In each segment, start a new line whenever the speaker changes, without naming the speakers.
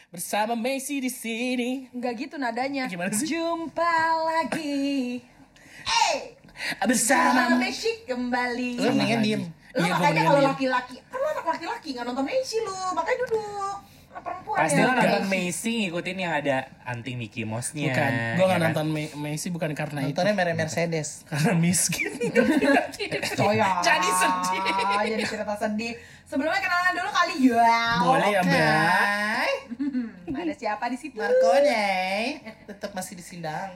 Bersama Messi di sini.
Enggak gitu nadanya.
Gimana sih?
Jumpa lagi.
Bersama
Messi kembali.
Lu mendingan diem.
Lu
Iya, gua
makanya
mendingan
kalau
diem.
laki-laki, kan lu anak laki-laki nggak nonton Messi lu, makanya duduk. Anak perempuan
Pasti
ya.
lo nonton Messi ngikutin yang ada anting Mickey Mouse-nya.
Bukan, gue gak
ya kan?
nonton Messi bukan karena itu.
Nontonnya Mercedes.
Karena miskin.
Coya.
Jadi sedih.
Jadi cerita sedih. Sebelumnya kenalan dulu kali ya.
Boleh ya, Mbak?
Hai,
Ada siapa di situ?
Markone. Tetap masih disindang.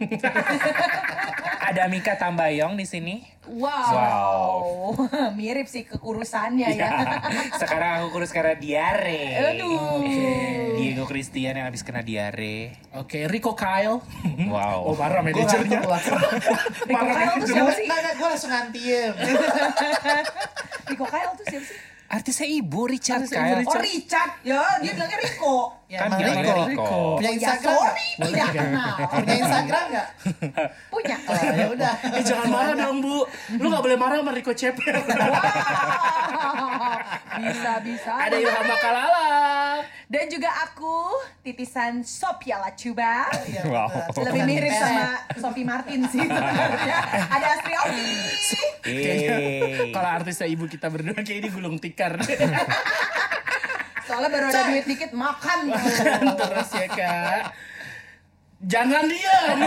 Ada Mika Tambayong di sini.
Wow. Mirip sih kekurusannya ya.
Sekarang aku kurus karena diare.
Aduh.
Diego Christian yang habis kena diare.
Oke, Rico Kyle.
Wow.
Oh, parah
Gue
manajernya.
Rico Kyle tuh siapa sih?
Enggak, gue langsung antiem.
Rico Kyle tuh siapa sih?
Artisnya Ibu Richard
Artisnya
Kyle.
Ibu
Oh Richard. Ya, dia bilangnya Rico.
Ya,
Kan
emang
bilangnya
Rico.
Rico.
Punya
Ya
Instagram
sorry,
nggak?
tidak kenal.
Punya Instagram nggak?
Punya.
Oh, ya udah.
Jangan marah dong, Bu. Lu gak boleh marah sama Rico Cepel.
Bisa-bisa.
Ada Ilham Makalala.
Dan juga aku, titisan Sophia Lacuba.
Wow.
Lebih mirip sama Sophie Martin sih sebenarnya. Ada Astri Oki.
Kalau artisnya ibu kita berdua kayak ini gulung tikar.
Soalnya baru ada duit dikit, makan.
Terus ya, Kak. Jangan diam.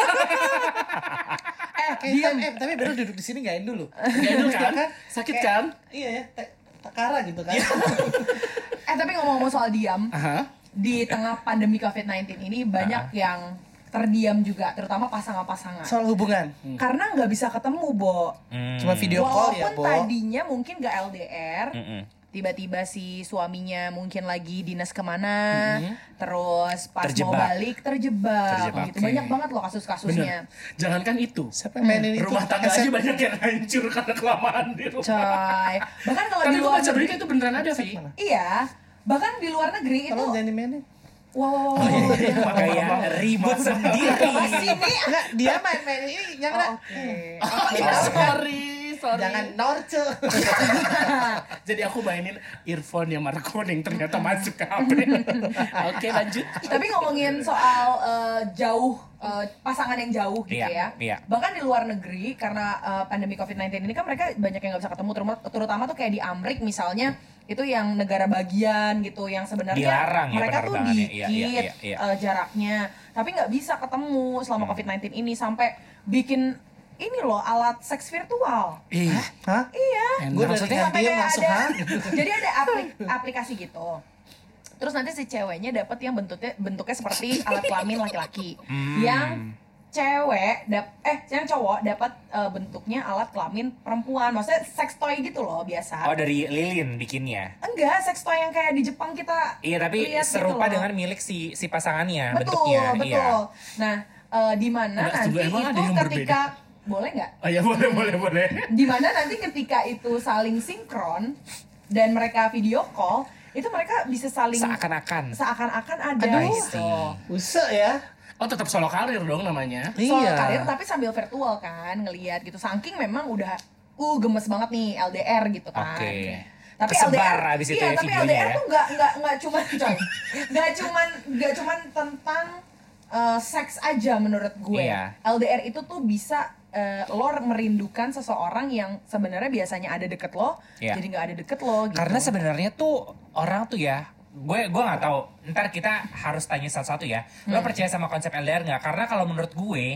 Diam. Tapi bener duduk di sini nggak dulu.
Gak enak kan? Sakit kan?
Iya ya, takara gitu kan.
Tapi ngomong-ngomong soal diam,
Aha.
di tengah pandemi COVID-19 ini banyak yang terdiam juga, terutama pasangan-pasangan.
Soal hubungan.
Karena nggak bisa ketemu, Bo.
Cuma video call ya,
Walaupun
Bo.
tadinya mungkin nggak LDR,
Mm-mm.
tiba-tiba si suaminya mungkin lagi dinas kemana, terus pas mau
Terjebak.
balik terjebak.
Terjebak.
Gitu. Banyak banget loh kasus-kasusnya.
Bener. Jangankan itu.
Siapa yang mainin itu?
Rumah tangga aja banyak yang hancur karena kelamaan di rumah.
Coy. Bahkan kalau
Tapi
di
gue
luar
baca berita
negeri,
itu beneran ada, Vi.
iya. Bahkan di luar negeri itu
Tolong jangan dimainin.
wow.
Kayak ribut sendiri.
Pas ini
Enggak, dia main-main ini jangan.
Sorry.
Jangan norce.
Jadi aku mainin earphone yang warna kuning ternyata masuk ke HP. Oke, lanjut.
Tapi ngomongin soal jauh, pasangan yang jauh gitu
Iya,
ya.
iya.
Bahkan di luar negeri karena pandemi COVID-19 ini kan mereka banyak yang nggak bisa ketemu, terutama tuh kayak di Amrik misalnya, itu yang negara bagian gitu, yang sebenarnya
Dilarang ya
mereka tuh
penerbangannya.
dikit
Iya.
jaraknya, tapi nggak bisa ketemu selama COVID-19 ini, sampai bikin ini loh alat seks virtual.
Hah?
Iya.
Gue udah
Maksudnya
ganti
Kayak
langsung
ada,
hah?
jadi ada aplikasi gitu. Terus nanti si ceweknya dapat yang bentuknya seperti alat kelamin laki-laki. Yang cewek yang cowok dapat bentuknya alat kelamin perempuan. Maksudnya sex toy gitu loh biasa.
Oh, dari Lilin bikinnya.
Enggak, sex toy yang kayak di Jepang kita.
Iya, tapi
lihat gitu
serupa
loh.
dengan milik si pasangannya
Betul,
bentuknya.
betul.
Iya.
Nah, di mana
Enggak,
nanti
tunggu, emang ada
itu
yang
ketika boleh nggak?
Oh ya, boleh.
Dimana nanti ketika itu saling sinkron dan mereka video call, itu mereka bisa saling
Seakan-akan.
ada
Aduh.
gitu.
Usah ya.
Oh, tetap solo karir dong namanya.
Soal karir tapi sambil virtual kan, ngelihat gitu. Saking memang udah gemes banget nih LDR gitu kan.
Oke.
Tapi
Kesebar
LDR,
abis itu
iya,
ya
tapi
videonya
LDR
ya.
tuh nggak cuman coy, nggak cuman tentang seks aja menurut gue.
Iya.
LDR itu tuh bisa lo merindukan seseorang yang sebenarnya biasanya ada deket lo,
Iya.
jadi nggak ada deket lo. Gitu.
Karena sebenarnya tuh orang tuh ya, gue nggak tahu. Ntar kita harus tanya satu-satu ya. Lo percaya sama konsep LDR nggak? Karena kalau menurut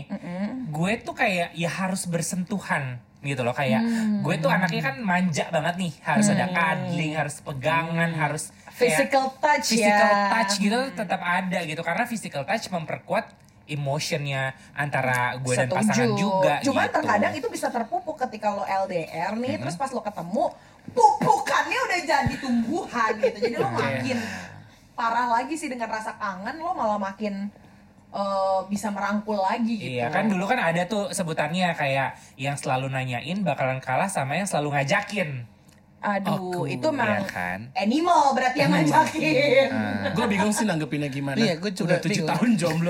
gue tuh kayak ya harus bersentuhan gitu loh. Kayak gue tuh anaknya kan manja banget nih. Harus ada cuddling, harus pegangan, harus kayak
physical touch
physical
ya.
touch gitu tetap ada gitu. Karena physical touch memperkuat emotionnya antara gue dan pasangan juga.
Cuman
gitu.
terkadang itu bisa terpupuk ketika lo LDR nih, terus pas lo ketemu, pupukannya udah jadi tumbuhan gitu. Jadi lo makin parah lagi sih dengan rasa kangen, lo malah makin bisa merangkul lagi gitu.
Iya kan dulu kan ada tuh sebutannya kayak yang selalu nanyain bakalan kalah sama yang selalu ngajakin.
Aduh, itu
Iya
memang
kan?
animal berarti yang ngajakin.
Gue bingung sih nanggepinnya gimana.
Iya, gue juga
udah 7
bingung.
tahun jomblo.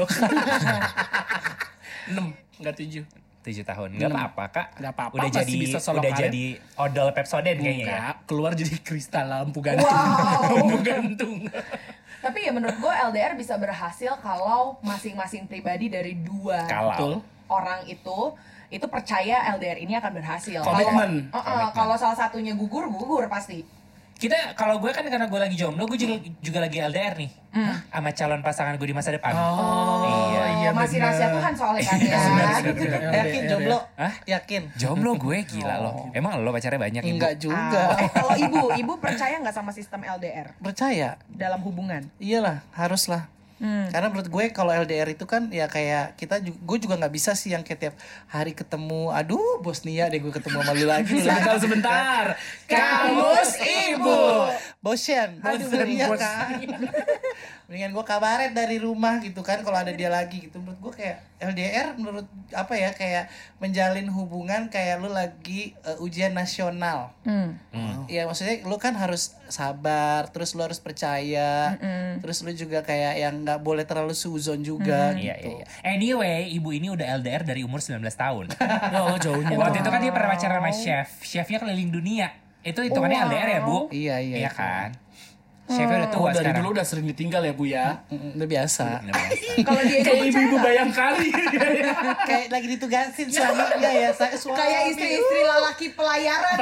6, enggak 7.
7 tahun. Nggak apa-apa, Kak.
Nggak apa-apa,
Udah
masih
jadi
bisa solo
udah
karir.
jadi odol Pepsodent kayaknya ya.
Enggak, keluar jadi kristal lampu gantung.
Wow.
Lampu gantung.
Tapi ya menurut gue LDR bisa berhasil kalau masing-masing pribadi dari dua
Kalau
orang itu percaya LDR ini akan berhasil.
Komitmen.
Kalau salah satunya gugur pasti.
kalau gue kan karena gue lagi jomblo, gue juga lagi LDR nih sama calon pasangan gue di masa depan.
Iya,
masih
bener.
rahasia Tuhan soalnya kan ya.
Yakin jomblo?
Hah?
Yakin?
Jomblo gue gila loh. Emang lo pacarnya banyak? Ibu?
Enggak juga.
Kalau ibu percaya nggak sama sistem LDR
Percaya?
dalam hubungan?
Iyalah, haruslah. Karena menurut gue kalau LDR itu kan ya kayak gue juga nggak bisa sih yang kayak tiap hari ketemu, aduh Bosnia deh gue ketemu sama lu lagi.
Sebentar. Kamus Ibu.
Bosen, iya kan. Mendingan gue kabaret dari rumah gitu kan kalau ada dia lagi gitu. Menurut gue kayak LDR menurut apa ya kayak menjalin hubungan kayak lu lagi ujian nasional. Ya maksudnya lu kan harus sabar, terus lu harus percaya, terus lu juga kayak yang nggak boleh terlalu suzon juga
Iya,
gitu.
iya. Anyway, ibu ini udah LDR dari umur 19 tahun.
Oh, jauhnya.
Waktu itu kan dia pernah pacaran sama chefnya keliling dunia. Itu hitungannya LDR ya, Bu?
Iya, iya.
Iya kan? Chefnya udah tua
Dari
sekarang.
dulu udah sering ditinggal ya, Bu ya.
Udah biasa.
Udah biasa.
Kalau dia
Kayak ibu-ibu Bayangkari.
Kayak lagi ditugasin suaminya ya, saya suami.
kayak istri-istri lelaki pelayaran.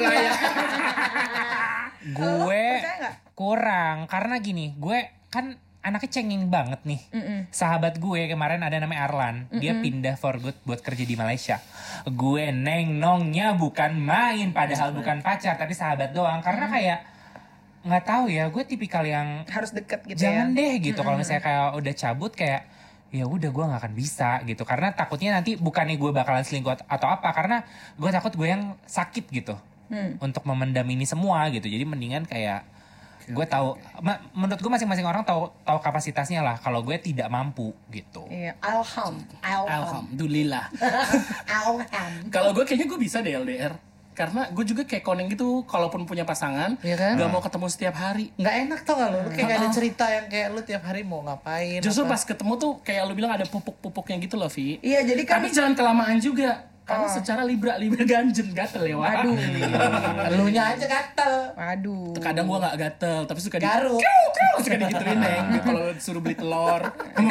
Gue
percaya nggak?
kurang karena gini, gue kan anaknya cengeng banget nih. Sahabat gue kemarin ada namanya Arlan, dia pindah for good buat kerja di Malaysia. Gue neng-nongnya bukan main, padahal bukan pacar tapi sahabat doang. Karena kayak nggak tahu ya, gue tipikal yang
Harus deket gitu
jangan
ya.
deh gitu. Kalau misalnya kayak udah cabut kayak ya udah gue nggak akan bisa gitu. Karena takutnya nanti bukannya gue bakalan selingkuh atau apa, karena gue takut gue yang sakit gitu untuk memendam ini semua gitu. Jadi mendingan kayak gue tahu, menurut gue masing-masing orang tahu kapasitasnya lah. Kalau gue tidak mampu gitu.
Iya,
Alhamdulillah. Kalau gue kayaknya gue bisa deh LDR. Karena gue juga kayak koneng gitu, kalaupun punya pasangan,
Iya kan?
gak mau ketemu setiap hari.
Nggak enak tau gak lu kayak gak ada cerita yang kayak lu tiap hari mau ngapain.
Justru
apa.
pas ketemu tuh kayak lu bilang ada pupuk-pupuknya gitu loh, Vi.
Iya, jadi kan
Tapi jangan kelamaan juga. Karena secara libra ganjen gatel ya, Wak.
Aduh.
Elunya aja gatel.
Aduh.
Kadang gua gak gatel, tapi suka
Garuk.
suka digituin, Neng. Kalau suruh beli telur.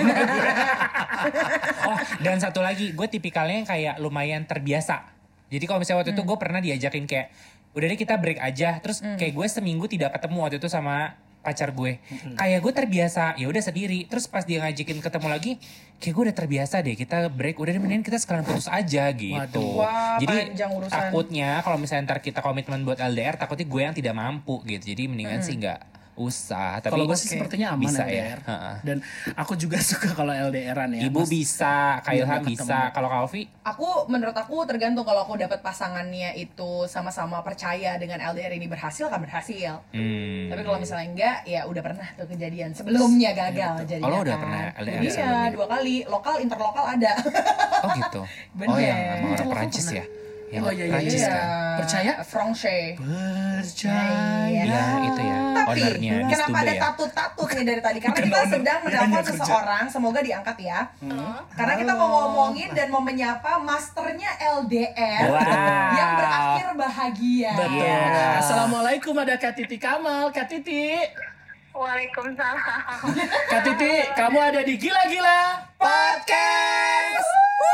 Oh, dan satu lagi, gue tipikalnya yang kayak lumayan terbiasa. Jadi kalau misalnya waktu itu gue pernah diajakin kayak, udah deh kita break aja. Terus kayak gue seminggu tidak ketemu waktu itu sama pacar gue. Kayak gue terbiasa, ya udah sendiri. Terus pas dia ngajakin ketemu lagi, kayak gue udah terbiasa deh kita break. Udah deh mendingan kita sekalian putus aja gitu.
Wah,
Jadi
panjang urusan.
takutnya kalau misalnya ntar kita komitmen buat LDR, takutnya gue yang tidak mampu gitu. Jadi mendingan sih nggak usah. Tapi
Kalau gue sih sepertinya aman
bisa
LDR.
ya. Heeh.
Dan aku juga suka kalau LDRan ya.
Ibu bisa, Kak
Iya,
Ilham
ketemu.
bisa. Kalau Kak Ovi,
Menurut aku tergantung kalau aku dapat pasangannya itu sama-sama percaya dengan LDR ini berhasil akan berhasil. Tapi kalau misalnya enggak, ya udah pernah tuh kejadian sebelumnya gagal jadi.
Oh, lo udah pernah LDR
Iya,
sebelumnya?
2 kali, lokal interlokal ada.
oh gitu.
Bener.
Oh yang sama orang Perancis ya. Yang
Oh, iya, iya,
Perancis
iya.
kan.
Percaya?
Francais.
Percaya.
Iya, itu ya.
Tapi
Ownernya di
kenapa
Stube
ada
ya.
tatut-tatut nih dari tadi? Karena kita sedang menelpon seseorang, semoga diangkat ya. Karena kita mau ngomongin dan mau menyapa masternya LDR
Wow.
yang berakhir bahagia.
Betul.
Iya.
Assalamualaikum, ada Kak Titi Kamal. Kak Titi.
Waalaikumsalam.
Kak Titi, kamu ada di Gila-Gila Podcast.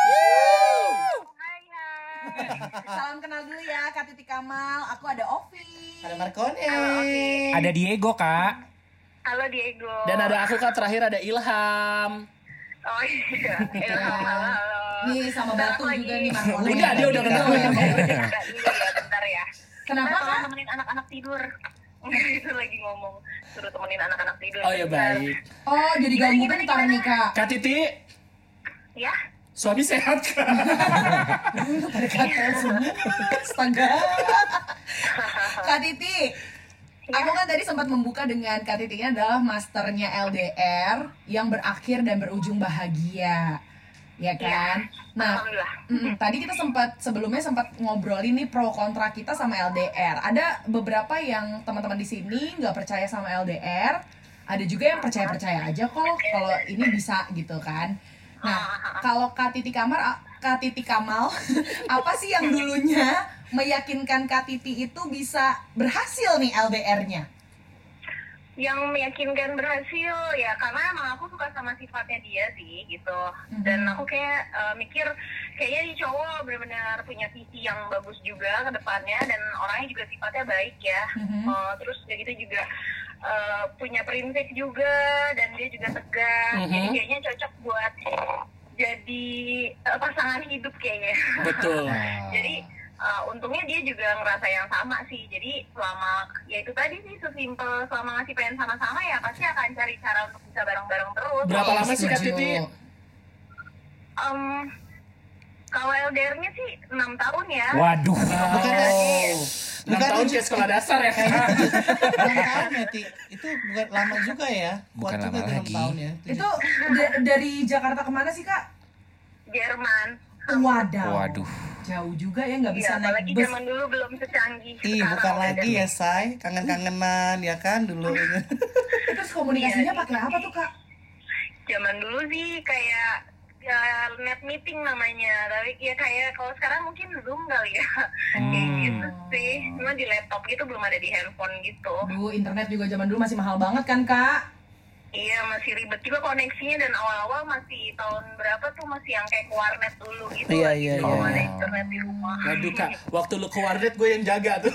Hai, hai.
Salam kenal dulu ya Kak Titi Kamal. Aku ada Ovi.
Ada Marconi.
Ada Diego, Kak.
Halo Diego.
Dan ada aku Kak, terakhir ada Ilham.
Oh iya. Ilham, halo.
Nih sama Batu juga nih Marconi.
Udah, dia udah kenal.
Agak dulu ya, bentar ya.
Kenapa,
Tolong
Kak?
temenin anak-anak tidur. Itu lagi ngomong suruh temenin anak-anak tidur.
Oh ya baik.
Oh, jadi ganggu bentar nih Kak.
Kak Titi,
Ya.
suami sehat Kak?
Astaga. Kak Titi, aku kan tadi sempat membuka dengan Kak Titi ini adalah masternya LDR yang berakhir dan berujung bahagia. Ya kan? Nah,
Alhamdulillah.
tadi kita sebelumnya sempat ngobrolin nih pro kontra kita sama LDR. Ada beberapa yang teman-teman di sini nggak percaya sama LDR, ada juga yang percaya-percaya aja kok kalau ini bisa gitu kan. Nah, kalau Kak Titi Kamal, apa sih yang dulunya meyakinkan Kak Titi itu bisa berhasil nih LDR-nya?
Yang meyakinkan berhasil ya karena emang aku suka sama sifatnya dia sih gitu. Dan aku kayak mikir kayaknya di cowok benar-benar punya visi yang bagus juga ke depannya dan orangnya juga sifatnya baik ya. Terus kayak gitu juga punya prinsip juga dan dia juga tegas. Jadi kayaknya cocok buat jadi pasangan hidup kayaknya.
Betul.
Jadi untungnya dia juga ngerasa yang sama sih. Jadi selama ya itu tadi sih sesimpel selama masih pengen sama-sama ya pasti akan cari cara untuk bisa bareng-bareng terus.
Berapa lama sih Kak Titi?
Kalau LDR-nya sih 6 tahun ya.
Waduh.
Wow. 6 tahun kayak sekolah dasar ya Kak.
6 tahun ya, Ti. Itu bukan lama juga ya.
Bukan
Kuat juga
lama
itu 6
lagi.
tahun ya.
Itu dari Jakarta kemana sih Kak?
Jerman.
Waduh. Jauh juga ya, nggak bisa
Iya,
naik
apalagi
bus.
zaman dulu belum secanggih
Ih,
sekarang.
bukan
udah.
lagi ya, Say. Kangen-kangenan ya kan dulu.
Terus komunikasinya
Iya,
pakai apa tuh Kak?
Zaman dulu sih kayak ya, net meeting namanya, tapi ya kayak kalau sekarang mungkin Zoom kali ya. Kayak gitu sih. Cuma di laptop gitu belum ada di handphone gitu.
Duh, internet juga zaman dulu masih mahal banget kan Kak?
Iya, masih ribet juga koneksinya dan awal-awal masih tahun berapa tuh masih yang kayak ke warnet dulu gitu.
Iya,
lagi
iya,
belum
iya.
ada internet di rumah.
Waduh Kak, waktu lu ke warnet gue yang jaga tuh.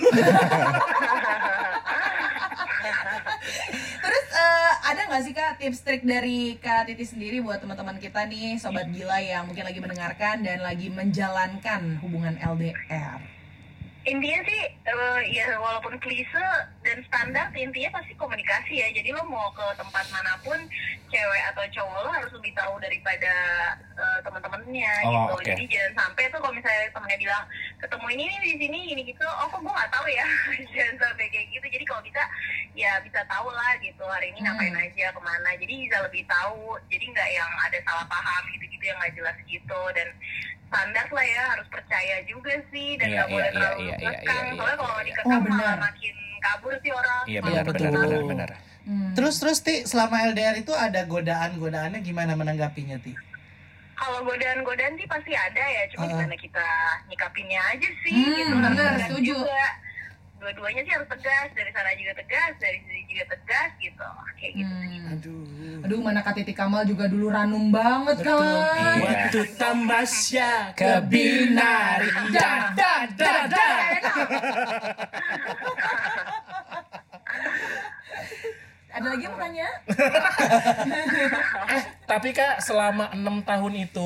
Terus ada nggak sih Kak tips trik dari Kak Titi sendiri buat teman-teman kita nih Sobat Gila yang mungkin lagi mendengarkan dan lagi menjalankan hubungan LDR?
Intinya sih ya walaupun klise dan standar intinya pasti komunikasi ya. Jadi lo mau ke tempat manapun cewek atau cowok lo harus lebih tahu daripada teman-temannya gitu.
oke.
Jadi jangan sampai tuh kalau misalnya temennya bilang ketemu ini nih di sini gini gitu, oh kok gue nggak tahu ya. Jangan sampai kayak gitu. Jadi kalau bisa ya bisa tahu lah gitu hari ini ngapain aja kemana. Jadi bisa lebih tahu. Jadi nggak yang ada salah paham gitu-gitu yang nggak jelas gitu. Dan standar lah ya harus percaya juga sih dan nggak boleh terlalu dikekang. Soalnya kalau dikekang malah makin kabur sih orang.
Iya
Iya,
benar.
Terus Ti, selama LDR itu ada godaan-godaannya gimana menanggapinya, Ti?
Kalau godaan-godaan sih pasti ada ya, cuma gimana kita nyikapinnya aja sih gitu.
bener,
Tegas
setuju.
juga. Dua-duanya sih harus tegas, dari sana juga tegas, dari sini juga tegas gitu. Kayak gitu.
Aduh, mana Kak Titi Kamal juga dulu ranum banget kan.
Waktu tamasya ke binari. Da da da da.
Ada lagi yang mau tanya?
Tapi Kak, selama 6 tahun itu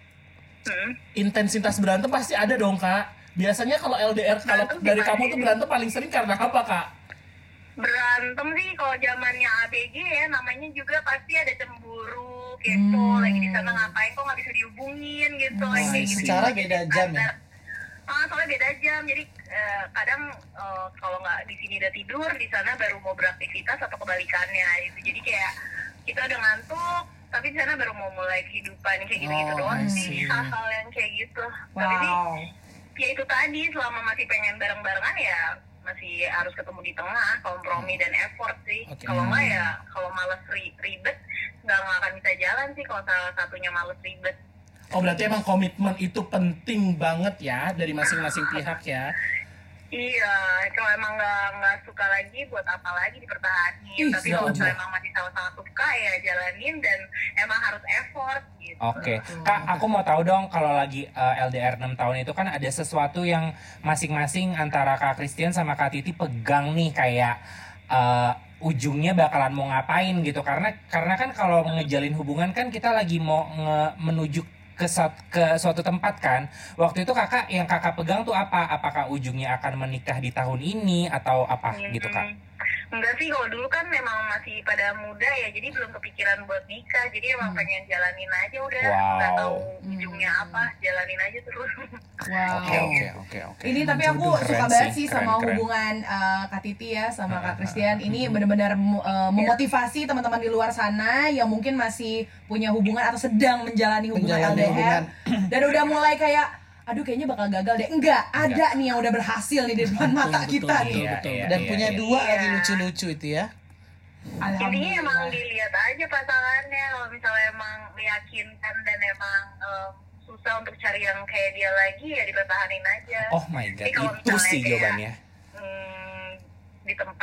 intensitas berantem pasti ada dong Kak. Biasanya kalau LDR, kalau dari kamu tuh berantem paling sering karena apa Kak?
Berantem sih kalau zamannya ABG ya, namanya juga pasti ada cemburu gitu. Lagi di sana ngapain kok nggak bisa dihubungin gitu. Kayak gitu.
Secara beda jam ya?
Soalnya beda jam, jadi kadang kalau nggak di sini udah tidur, di sana baru mau beraktivitas atau kebalikannya gitu. Jadi kayak kita udah ngantuk, tapi di sana baru mau mulai kehidupan kayak gitu-gitu doang sih, hal-hal yang kayak gitu. Tapi sih, ya itu tadi selama masih pengen bareng-barengan ya masih harus ketemu di tengah, kompromi dan effort sih. Kalau nggak ya, kalau males ribet, nggak akan bisa jalan sih kalau salah satunya males ribet.
Oh berarti emang komitmen itu penting banget ya dari masing-masing pihak ya.
Iya, kalau emang nggak suka lagi, buat apa lagi dipertahanin. Tapi kalau emang masih sama-sama suka ya jalanin dan emang harus effort gitu.
Oke, Kak, aku mau tahu dong kalau lagi LDR 6 tahun itu kan ada sesuatu yang masing-masing antara Kak Christian sama Kak Titi pegang nih kayak ujungnya bakalan mau ngapain gitu. Karena kan kalau ngejalin hubungan kan kita lagi mau menuju ke suatu tempat kan. Waktu itu yang kakak pegang tuh apa? Apakah ujungnya akan menikah di tahun ini atau apa gitu Kak?
Enggak sih, kalau dulu kan memang masih pada muda ya, jadi belum kepikiran buat nikah. Jadi emang pengen jalanin aja udah, nggak tahu ujungnya apa, jalanin aja terus.
Oke.
Ini tapi aku suka banget sih sama hubungan Kak Titi ya sama Kak Christian. Ini benar-benar memotivasi teman-teman di luar sana yang mungkin masih punya hubungan atau sedang menjalani hubungan LDR dan udah mulai kayak aduh kayaknya bakal gagal deh. Enggak, ada nih yang udah berhasil nih di depan mata kita nih.
Dan punya dua lagi lucu-lucu itu ya.
Intinya emang dilihat aja pasangannya, kalau misalnya emang meyakinkan dan emang susah untuk cari yang kayak dia lagi ya dipertahanin aja.
Oh my god,
jadi,
itu sih jawabannya.
Di tempat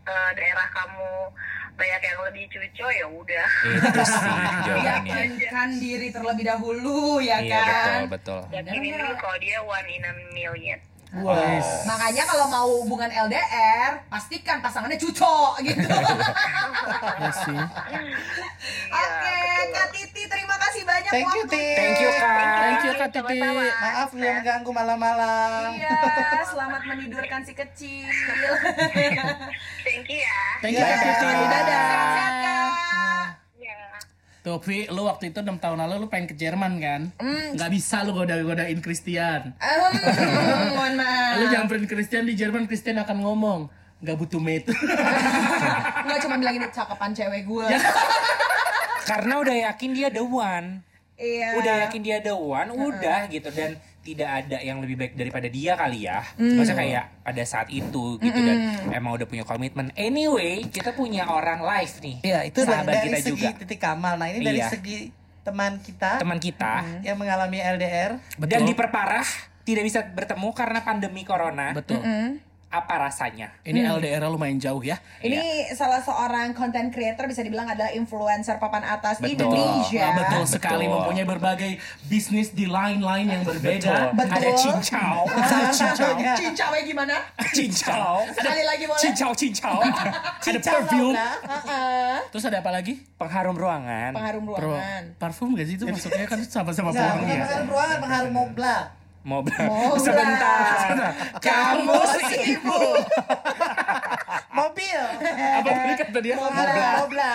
daerah kamu banyak yang lebih cuco, ya udah.
Itu sih jawabannya.
Yakinkan diri terlebih dahulu ya
Iya
kan.
betul.
Yakinin dulu kalau dia 1 in a million.
Wah.
Makanya kalau mau hubungan LDR, pastikan pasangannya cuco gitu.
Ya sih.
Oke, Kak Titi terima kasih banyak
Thank you,
waktunya.
Ti.
Thank you Kak.
Thank you Kak Titi.
Sama-sama.
Maaf udah mengganggu malam-malam.
Iya, selamat menidurkan si kecil.
Thank you ya.
Thank you Kak Titi. Dadah.
Sehat-sehat, Kak.
Ya.
Tuh, Vi, lu waktu itu 6 tahun lalu lu pengen ke Jerman kan? Nggak bisa lu godain Christian.
Mohon maaf.
Lu nyamperin Christian di Jerman, Christian akan ngomong, nggak butuh mate.
Nggak cuma bilang ini cakapan cewek gue.
Karena udah yakin dia the one.
Iya.
Udah yakin dia the one, udah gitu. Dan tidak ada yang lebih baik daripada dia kali ya. Maksudnya kayak pada saat itu gitu. Dan emang udah punya komitmen. Anyway, kita punya orang live nih.
Iya, itu
sahabat
dari
kita
segi
juga.
titik Kamal. Nah, ini dari
Iya.
segi teman kita
Teman kita.
yang mengalami LDR.
Dan diperparah, tidak bisa bertemu karena pandemi corona.
Betul.
Apa rasanya?
Ini LDR lumayan jauh ya.
Ini salah seorang content creator bisa dibilang adalah influencer papan atas
Betul.
Indonesia.
Nah, betul sekali,
Betul.
mempunyai berbagai bisnis di line-line yang berbeda.
Betul.
Ada cincau.
Salah satunya.
Cincaunya gimana?
Cincau.
Sekali lagi boleh?
Cincau. Ada
Cincau
perfume.
Laura.
Terus ada apa lagi?
Pengharum ruangan.
Pengharum ruangan.
Parfum gak sih itu masuknya kan sama-sama
Enggak,
pewangi
bukan
ya?
pengharum ruangan, pengharum mobla.
Mobil.
Mobil.
Sebentar.
Kamu sibuk.
Mobil.
Apa tadi kata dia?
Pengharum mobla.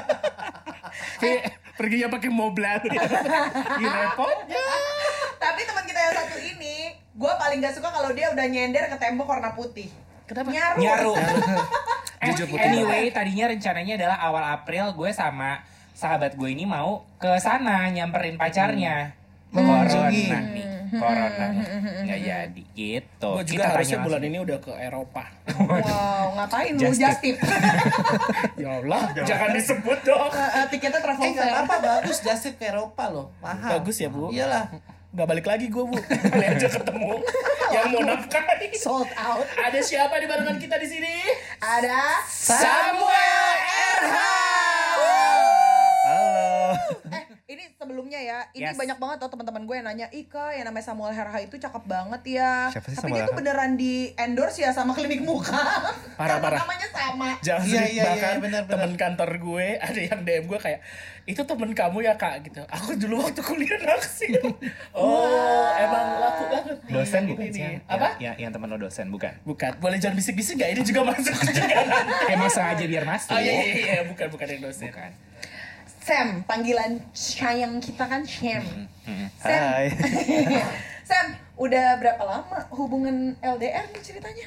Perginya pakai moblan. Ih, repot.
Tapi teman kita yang satu ini, gue paling gak suka kalau dia udah nyender ke tembok warna putih.
Kenapa?
Nyaru.
Jujur putih.
Anyway, tadinya rencananya adalah awal April gue sama sahabat gue ini mau ke sana nyamperin pacarnya.
Mengunjungi.
Corona nih. Corona nggak jadi gitu.
Gue juga harusnya bulan ini udah ke Eropa.
Wow, ngapain lu
Just
just tip?
Ya Allah, jangan disebut dong.
Tiketnya travel
Nggak
fair.
apa-apa, bagus Jasip ke Eropa loh. Mahal.
Bagus ya, Bu?
Iyalah.
Gak balik lagi gue, Bu. Kali aja ketemu yang mau nafkahi.
Sold out.
Ada siapa di barengan kita di sini?
Ada
Samuel RH.
Halo.
ini sebelumnya ya, ini
Yes.
banyak banget tau teman-teman gue yang nanya, Ika yang namanya Samuel Herha itu cakep banget ya.
Siapa sih
Tapi
Samuel
dia tuh
Herha?
beneran di endorse ya sama klinik muka.
Parah,
Karena
parah.
namanya sama.
Jangan
Iya,
sedih,
iya,
bahkan
iya, benar, benar.
temen kantor gue ada yang DM gue kayak, itu temen kamu ya kak gitu. Aku dulu waktu kuliah naksir. Oh, emang laku banget nih.
Dosen
yang
bukan
ini
sih?
nih. Apa?
Yang teman lo dosen bukan?
Bukan. Boleh jangan bisik-bisik gak? Ini juga masuk juga.
Emang sengaja biar masuk.
Oh iya, iya, iya. Bukan yang dosen.
Bukan.
Sam, panggilan sayang kita kan Sam. Sam,
Hai.
Sam, udah berapa lama hubungan LDR nih ceritanya?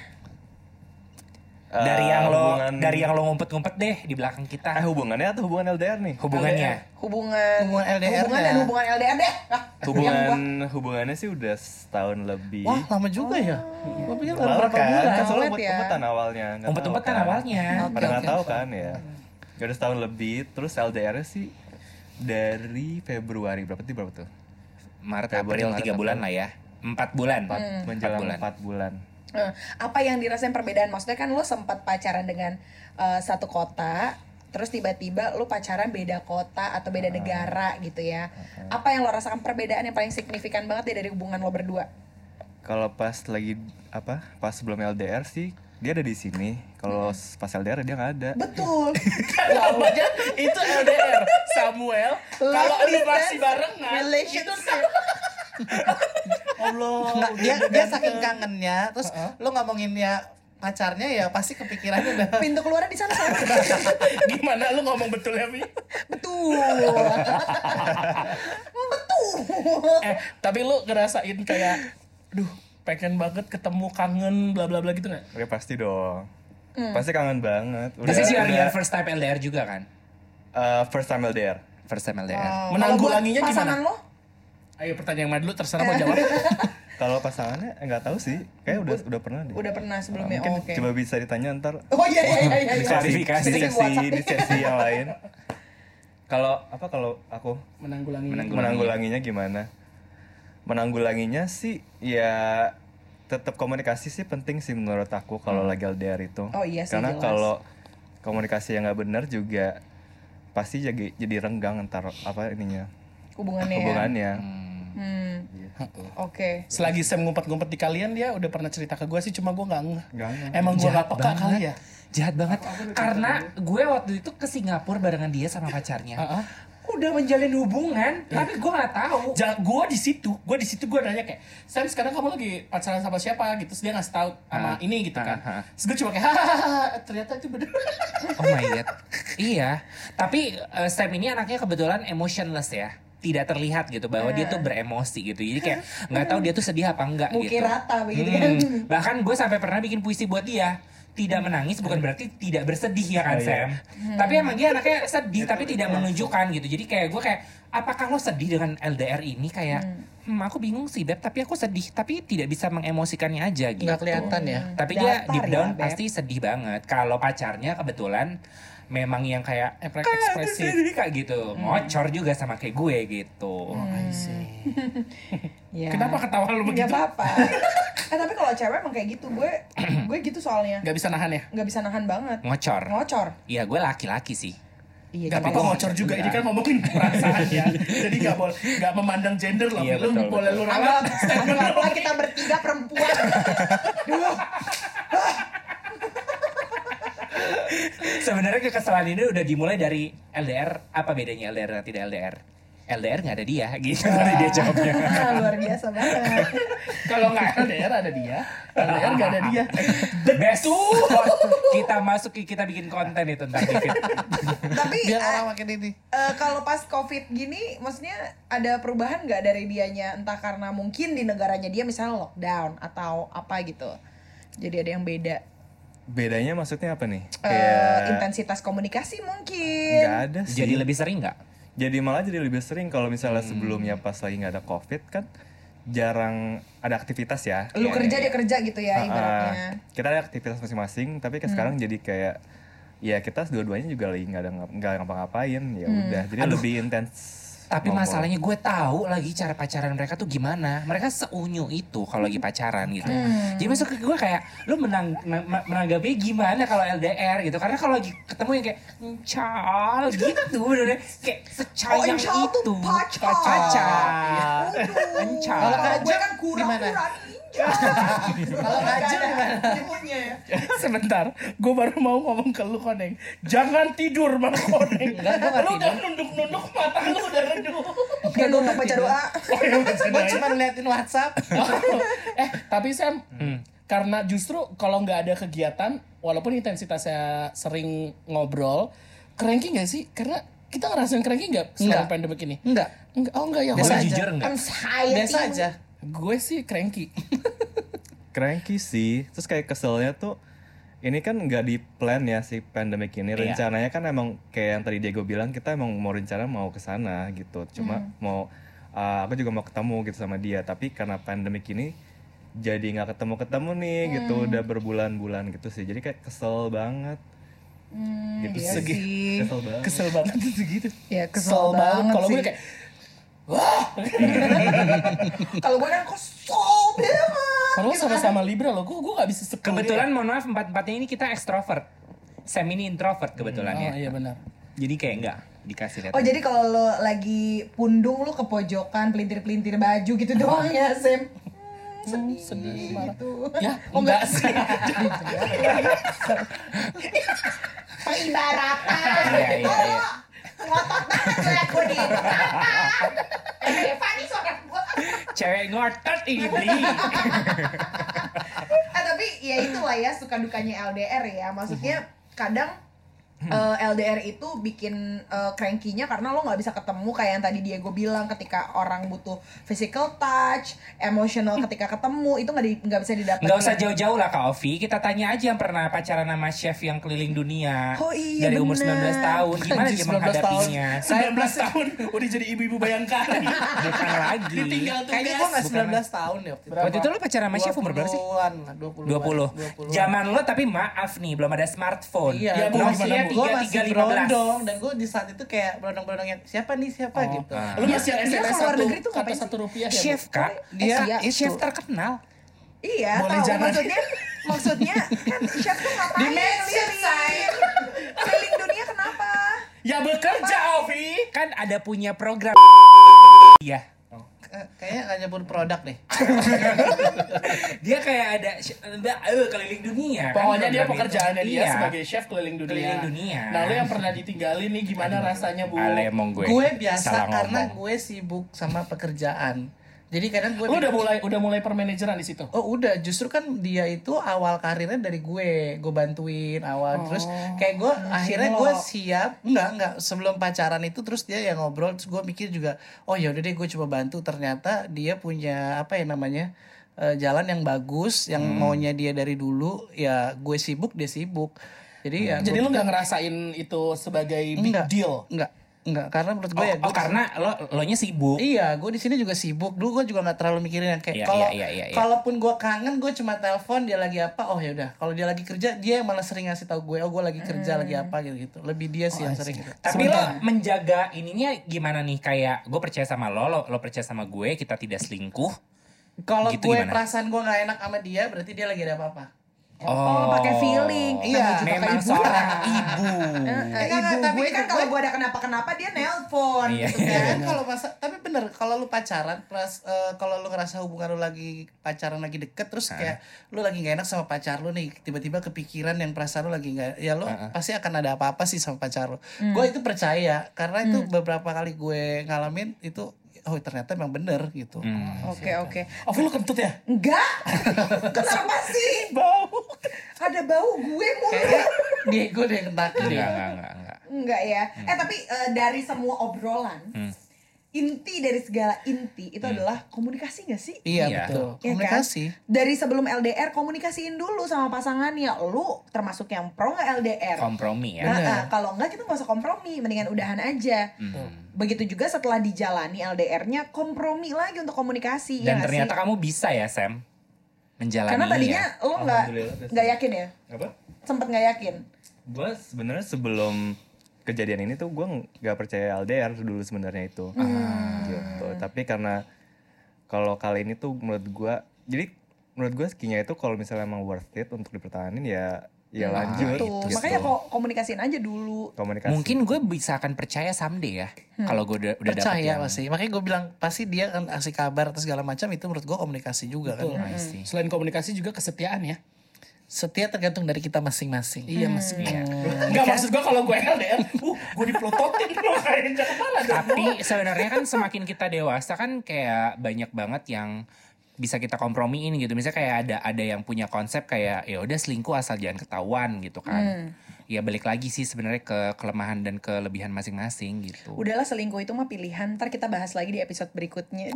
Dari yang lo ngumpet-ngumpet deh di belakang kita.
Hubungannya atau hubungan LDR nih?
Hubungannya.
Hubungan LDR
Hubungan
-nya.
dan hubungan LDR deh. Ah,
Hubungannya sih udah setahun lebih.
Wah, lama juga ya. Gue pikir baru
Lama
berapa
kan?
bulan.
Kan soalnya
Awet ya.
umpet-umpetan awalnya. nggak tahu
Umpet-umpetan
kan.
awalnya.
Pada nggak
Oke,
tahu
oke.
kan ya. Ya udah setahun lebih. Terus LDR-nya sih dari Februari berapa tuh?
Maret,
Februari,
April,
Maret,
3 bulan
April.
lah ya. 4 bulan.
Menjelang
4 bulan.
4 bulan.
apa yang dirasain perbedaan? Maksudnya kan lo sempat pacaran dengan satu kota, terus tiba-tiba lo pacaran beda kota atau beda negara gitu ya. Apa yang lo rasakan perbedaan yang paling signifikan banget deh dari hubungan lo berdua?
Kalau pas lagi pas sebelum LDR sih dia ada di sini. Kalau pas LDR dia nggak ada.
Betul.
Namanya itu LDR. Samuel, kalau lu masih barengan, itu
Relationship.
Allah.
Nggak, dia saking kangennya, terus lo ngomonginnya pacarnya ya pasti kepikirannya udah.
Pintu keluarnya di sana. Sam.
Gimana lu ngomong betul ya, Mi?
Betul.
Tapi lu ngerasain kayak, duh, pengen banget ketemu, kangen, bla bla bla gitu nggak?
Oke pasti dong. Pasti kangen banget.
This is your first time LDR juga kan?
First time LDR.
First time LDR.
Kalau
Menanggulanginya
buat pasangan
gimana?
lo?
Ayo pertanyaan yang mana dulu, terserah mau jawab.
Kalau pasangannya nggak tahu sih. Kayak udah pernah deh.
Udah pernah sebelumnya.
Mungkin
Oh, oke.
coba bisa ditanya ntar
Oh iya iya iya.
di
iya.
Klarifikasi.
di sesi yang lain. Kalau aku menanggulanginya gimana? Menanggulanginya sih ya tetap komunikasi sih penting sih menurut aku kalau lagi LDR itu.
Oh iya sih,
Karena
jelas.
kalau komunikasi yang nggak benar juga pasti jadi renggang antar hubungannya.
Oke.
Selagi Sam ngumpet-ngumpet di kalian, dia udah pernah cerita ke gue sih, cuma gue nggak ngeh. Emang gue
Jahat
nggak peka kali ya.
Jahat banget. Karena gue waktu itu ke Singapura barengan dia sama pacarnya. Udah menjalin hubungan, tapi gue nggak tahu.
Gue di situ gue nanya kayak, Sam sekarang kamu lagi pacaran sama siapa gitu, terus dia ngasih tahu sama ini gitu kan. Terus gue cuma kayak hahaha, ternyata itu bener.
Oh my god. Iya. Tapi Sam ini anaknya kebetulan emotionless ya. Tidak terlihat gitu bahwa dia tuh beremosi gitu. Jadi kayak nggak tahu dia tuh sedih apa enggak
Mungkin
gitu.
rata begitu kan.
Bahkan gue sampai pernah bikin puisi buat dia. Tidak menangis bukan berarti tidak bersedih ya kan Sam. Tapi emang dia anaknya sedih tapi tidak menunjukkan gitu. Jadi kayak gue kayak apakah lo sedih dengan LDR ini kayak aku bingung sih Beb, tapi aku sedih tapi tidak bisa mengemosikannya aja gitu.
Nggak kelihatan ya.
Tapi dia
Datar
deep
ya,
down
Beb.
pasti sedih banget. Kalau pacarnya kebetulan memang yang kayak
Ekspresif.
sedih kayak gitu, ngocor juga sama kayak gue gitu.
Ya.
Kenapa ketawa lu
Gak
begitu?
apa-apa. Tapi kalau cewek emang kayak gitu, gue gitu soalnya.
Gak bisa nahan ya?
Nggak bisa nahan banget.
Ngocor. Iya, gue laki-laki sih.
Iya.
Gak apa-apa ngocor juga, ini kan ngomongin perasaan ya. Jadi gak memandang gender lah.
Iya,
Lu
betul,
boleh lu
Anggap
rawat.
anggaplah kita bertiga perempuan.
Sebenarnya kekesalan ini udah dimulai dari LDR. Apa bedanya LDR dan tidak LDR? LDR nggak ada dia, gitu tadi dia jawabnya.
Luar biasa banget.
Kalau nggak LDR ada dia, LDR nggak ada dia.
Betul. Kita bikin konten itu ntar dikit.
Tapi
Biar orang makin ini.
kalau pas COVID gini, maksudnya ada perubahan nggak dari dianya? Entah karena mungkin di negaranya dia misalnya lockdown atau apa gitu. Jadi ada yang beda.
Bedanya maksudnya apa nih?
Intensitas komunikasi mungkin.
Nggak ada sih.
Jadi lebih sering nggak?
Jadi lebih sering kalau misalnya sebelumnya pas lagi nggak ada COVID kan jarang ada aktivitas ya.
Lu
Kayak-
kerja dia kerja gitu ya ibaratnya.
Kita ada aktivitas masing-masing, tapi kan sekarang jadi kayak ya kita dua-duanya juga lagi nggak ngapa-ngapain, ya udah. Jadi lebih intens.
Tapi
ngomong.
masalahnya gue tahu lagi cara pacaran mereka tuh gimana. Mereka seunyu itu kalau lagi pacaran gitu. Jadi masuk ke gue kayak lu menanggapi gimana kalau LDR gitu. Karena kalau lagi ketemu yang kayak encal gitu bener kayak secayang
encal
itu.
tuh pacar.
Pacar.
Waduh.
Encal.
Kalau
Gue
ngajak
kan
gimana?
Kalau
ngajak gimana?
Ibunya ya.
Sebentar, gue baru mau ngomong ke lu Koneng. Jangan tidur Bang Koneng.
Enggak, gua nggak
Lu udah
tidur.
nunduk-nunduk mata lu udah redup.
Dia untuk baca doa.
Gue cuma ngeliatin WhatsApp.
Tapi Sam, karena justru kalau nggak ada kegiatan, walaupun intensitasnya sering ngobrol, cranky nggak sih? Karena kita ngerasain cranky nggak selama
Nggak.
pandemik ini?
Enggak.
Oh enggak ya.
Biasa
Boleh
aja.
jujur nggak?
Anxiety.
Biasa aja.
Gue sih cranky.
Cranky sih, terus kayak keselnya tuh ini kan nggak di plan ya si pandemic ini.
Iya.
Rencananya kan emang kayak yang tadi Diego bilang, kita emang mau rencana mau ke sana gitu. Cuma mau aku juga mau ketemu gitu sama dia, tapi karena pandemic ini jadi nggak ketemu nih gitu, udah berbulan-bulan gitu sih. Jadi kayak kesel banget. Gitu
iya
sih.
sih.
Kesel banget.
Kesel banget itu gitu.
Ya kesel banget
Kalau gue
sih.
kayak
Kalau gue kan kesel banget.
kalau sama-sama Libra loh, gue nggak bisa sepuluh.
Kebetulan mohon maaf empat-empatnya ini kita ekstrovert. Sam ini introvert kebetulan ya.
Oh iya benar.
Jadi kayak enggak dikasih lihat.
Oh jadi kalau lo lagi pundung lo ke pojokan pelintir-pelintir baju gitu doang ya Sam.
Sedih marah.
Gitu.
Ya
Oh,
enggak sih.
Pengibaratan.
Iya.
Ngotot banget liat gue di Fanny suara gue.
Cewek ngotot ini beli.
Tapi ya itulah ya suka dukanya LDR ya. Maksudnya kadang LDR itu bikin cranky-nya karena lo nggak bisa ketemu kayak yang tadi Diego bilang, ketika orang butuh physical touch, emotional ketika ketemu itu nggak bisa didapetin.
Nggak usah jauh-jauh lah Kak Ovi, kita tanya aja yang pernah pacaran sama chef yang keliling dunia.
Oh iya,
dari umur
bener.
19 tahun, gimana
Anjir,
dia
19 tahun.
menghadapinya?
19 tahun udah jadi ibu-ibu Bayangkara.
Bukan lagi.
Ditinggal tugas.
Kayaknya gue nggak 19 tahun ya waktu itu.
Waktu itu lo pacaran sama chef umur berapa sih?
20-an,
20. Zaman lo tapi maaf nih, belum ada smartphone.
Iya,
Ya,
gua
Nokia
masih- gua masih
3315.
berondong dan gue di saat itu kayak berondong-berondongnya siapa gitu.
Lu masih
Dia
SMS
keluar
satu
negeri tuh
kata
ngapain sih?
₹1 ya. Bu?
Chef Kak,
Dia
dia chef terkenal.
Iya,
Boleh
tahu
jangan.
maksudnya kan chef tuh ngapain?
Di mention,
Lirik.
Ya bekerja, Ovi.
Kan ada punya program. Iya.
Kayaknya nggak nyebut produk deh.
Dia kayak ada keliling dunia.
Pokoknya
kan,
dia
program
pekerjaannya
itu.
dia
Iya.
sebagai chef keliling dunia.
Keliling dunia.
Nah, lu yang pernah ditinggalin nih gimana rasanya, Bu?
Ale emang gue.
Gue biasa
salah
karena
ngomong.
gue sibuk sama pekerjaan. Jadi kadang gue
Lu udah mulai permanajeran di situ.
Oh udah, justru kan dia itu awal karirnya dari gue bantuin awal terus kayak gue akhirnya gue siap enggak sebelum pacaran itu terus dia yang ngobrol terus gue mikir juga oh ya udah deh gue coba bantu ternyata dia punya apa ya namanya jalan yang bagus yang maunya dia dari dulu ya gue sibuk dia sibuk jadi ya
Jadi
gue
lu nggak ngerasain itu sebagai big deal?
enggak karena menurut gue ya gue
karena lo nya sibuk.
Iya, gue di sini juga sibuk. Dulu gue juga nggak terlalu mikirin yang kayak
Iya,
kalau
iya.
kalaupun gue kangen, gue cuma telepon dia lagi apa. Oh ya udah. Kalau dia lagi kerja, dia yang malah sering ngasih tahu gue. Oh gue lagi kerja lagi apa gitu. Lebih dia sih yang sering. Gitu.
Tapi lo menjaga ininya gimana nih? Kayak gue percaya sama lo percaya sama gue, kita tidak selingkuh.
Kalau
Gitu
gue
gimana?
perasaan gue nggak enak sama dia, berarti dia lagi ada apa-apa.
Oh, pakai feeling.
Iya,
memang seorang ibu.
Ibu
tapi
gue kan
gue-
kalau gue ada kenapa-kenapa dia nelpon
Iya.
gitu
Ya
kan.
kan kalau tapi bener kalau lu pacaran plus kalau lu ngerasa hubungan lu lagi pacaran lagi deket terus kayak lu lagi gak enak sama pacar lu nih tiba-tiba kepikiran yang perasaan lu lagi nggak ya lu pasti akan ada apa-apa sih sama pacar lu. Gue itu percaya karena itu beberapa kali gue ngalamin itu oh ternyata emang bener gitu.
Oke.
Ovi lu kentut ya?
Enggak. Kenapa sih?
Bau.
Ada bau gue mulu.
Kayaknya Diego deh yang kena deh.
Enggak.
Enggak ya. Tapi dari semua obrolan, inti dari segala inti itu adalah komunikasi gak sih?
Iya
Iya.
betul.
Iya kan?
Komunikasi.
Dari sebelum LDR komunikasiin dulu sama pasangannya. Lu termasuk yang pro nggak LDR?
Kompromi ya.
Kalau enggak kita nggak usah kompromi, mendingan udahan aja. Begitu juga setelah dijalani LDR-nya kompromi lagi untuk komunikasi. ya
Dan
nggak
ternyata
sih?
kamu bisa ya Sam menjalani
Karena tadinya
ya.
lo
Alhamdulillah,
nggak yakin ya,
Apa?
sempet nggak yakin.
Gue sebenarnya sebelum kejadian ini tuh gue nggak percaya LDR dulu sebenarnya itu. Gitu. Tapi karena kalau kali ini tuh menurut gue skinya itu kalau misalnya emang worth it untuk dipertahanin ya lanjut.
Tuh,
Gitu.
makanya kok komunikasiin aja dulu.
Komunikasi.
Mungkin gue bisa akan percaya someday ya. Kalau gue udah dapet
Percaya
yang
pasti. Makanya gue bilang pasti dia kan kasih kabar atau segala macam itu menurut gue komunikasi juga kan.
I see.
Selain komunikasi juga kesetiaan ya.
Setia tergantung dari kita masing-masing.
Iya mas. Enggak maksud gue kalau gue LDR, gue diplototin loh kayak jangan marah dong.
Tapi sebenarnya kan semakin kita dewasa kan kayak banyak banget yang bisa kita kompromiin gitu. Misalnya kayak ada yang punya konsep kayak ya udah selingkuh asal jangan ketahuan gitu kan. Ya balik lagi sih sebenarnya ke kelemahan dan kelebihan masing-masing gitu.
Udahlah selingkuh itu mah pilihan. Ntar kita bahas lagi di episode berikutnya.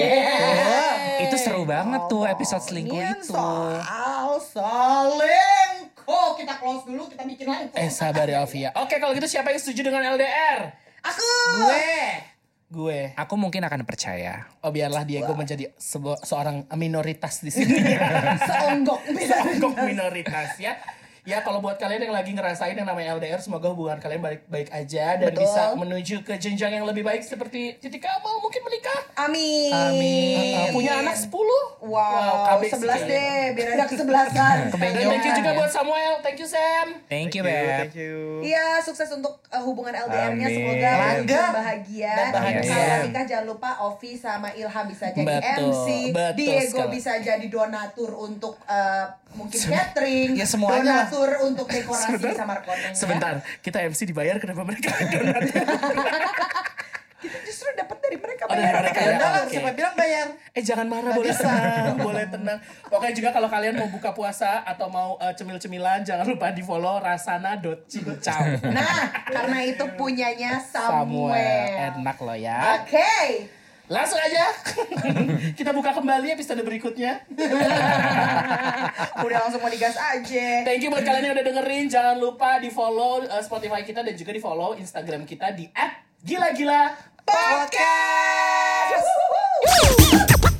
Itu seru banget tuh episode selingkuh
Ngomongin
itu.
Soal selingkuh. Kita close dulu, kita bikin lagi.
Sabar ya Ovi ya. Oke kalau gitu siapa yang setuju dengan LDR?
Aku.
Gue.
Aku mungkin akan percaya.
Oh biarlah Diego menjadi seorang minoritas di sini.
Seonggok.
Seonggok minoritas ya. Ya kalau buat kalian yang lagi ngerasain yang namanya LDR, semoga hubungan kalian baik-baik aja dan
Betul.
bisa menuju ke jenjang yang lebih baik seperti ketika mau mungkin menikah.
Amin.
Punya anak 10.
Wow,
KB
11
sekian.
deh, biar ada kesebelasan.
Dan thank you juga buat Samuel, thank you Sam.
Thank you, Beb.
Thank you.
Iya, sukses untuk hubungan LDR-nya.
Amin.
Semoga
Langgeng
bahagia.
dan bahagia.
Kalau nikah jangan lupa Ovi sama Ilham bisa jadi
Betul,
MC.
betul
Diego
sekali.
bisa jadi donatur untuk mungkin catering.
Ya, semuanya lah.
Donatur untuk dekorasi sama rekonnya.
Sebentar, kita MC dibayar kenapa mereka donat?
Kita justru dapat dari mereka.
Oh, dari mereka ya.
Ya udah lah,
Oke.
siapa bilang bayar?
Jangan marah, boleh tenang, boleh tenang. Pokoknya juga kalau kalian mau buka puasa atau mau cemil-cemilan, jangan lupa di follow rasana.cincau.
Nah, karena itu punyanya Samuel.
Enak loh ya.
Oke.
Langsung aja. Kita buka kembali episode berikutnya.
Udah langsung mau digas aja.
Thank you buat kalian yang udah dengerin. Jangan lupa di follow Spotify kita dan juga di follow Instagram kita di @gilagila
Podcast.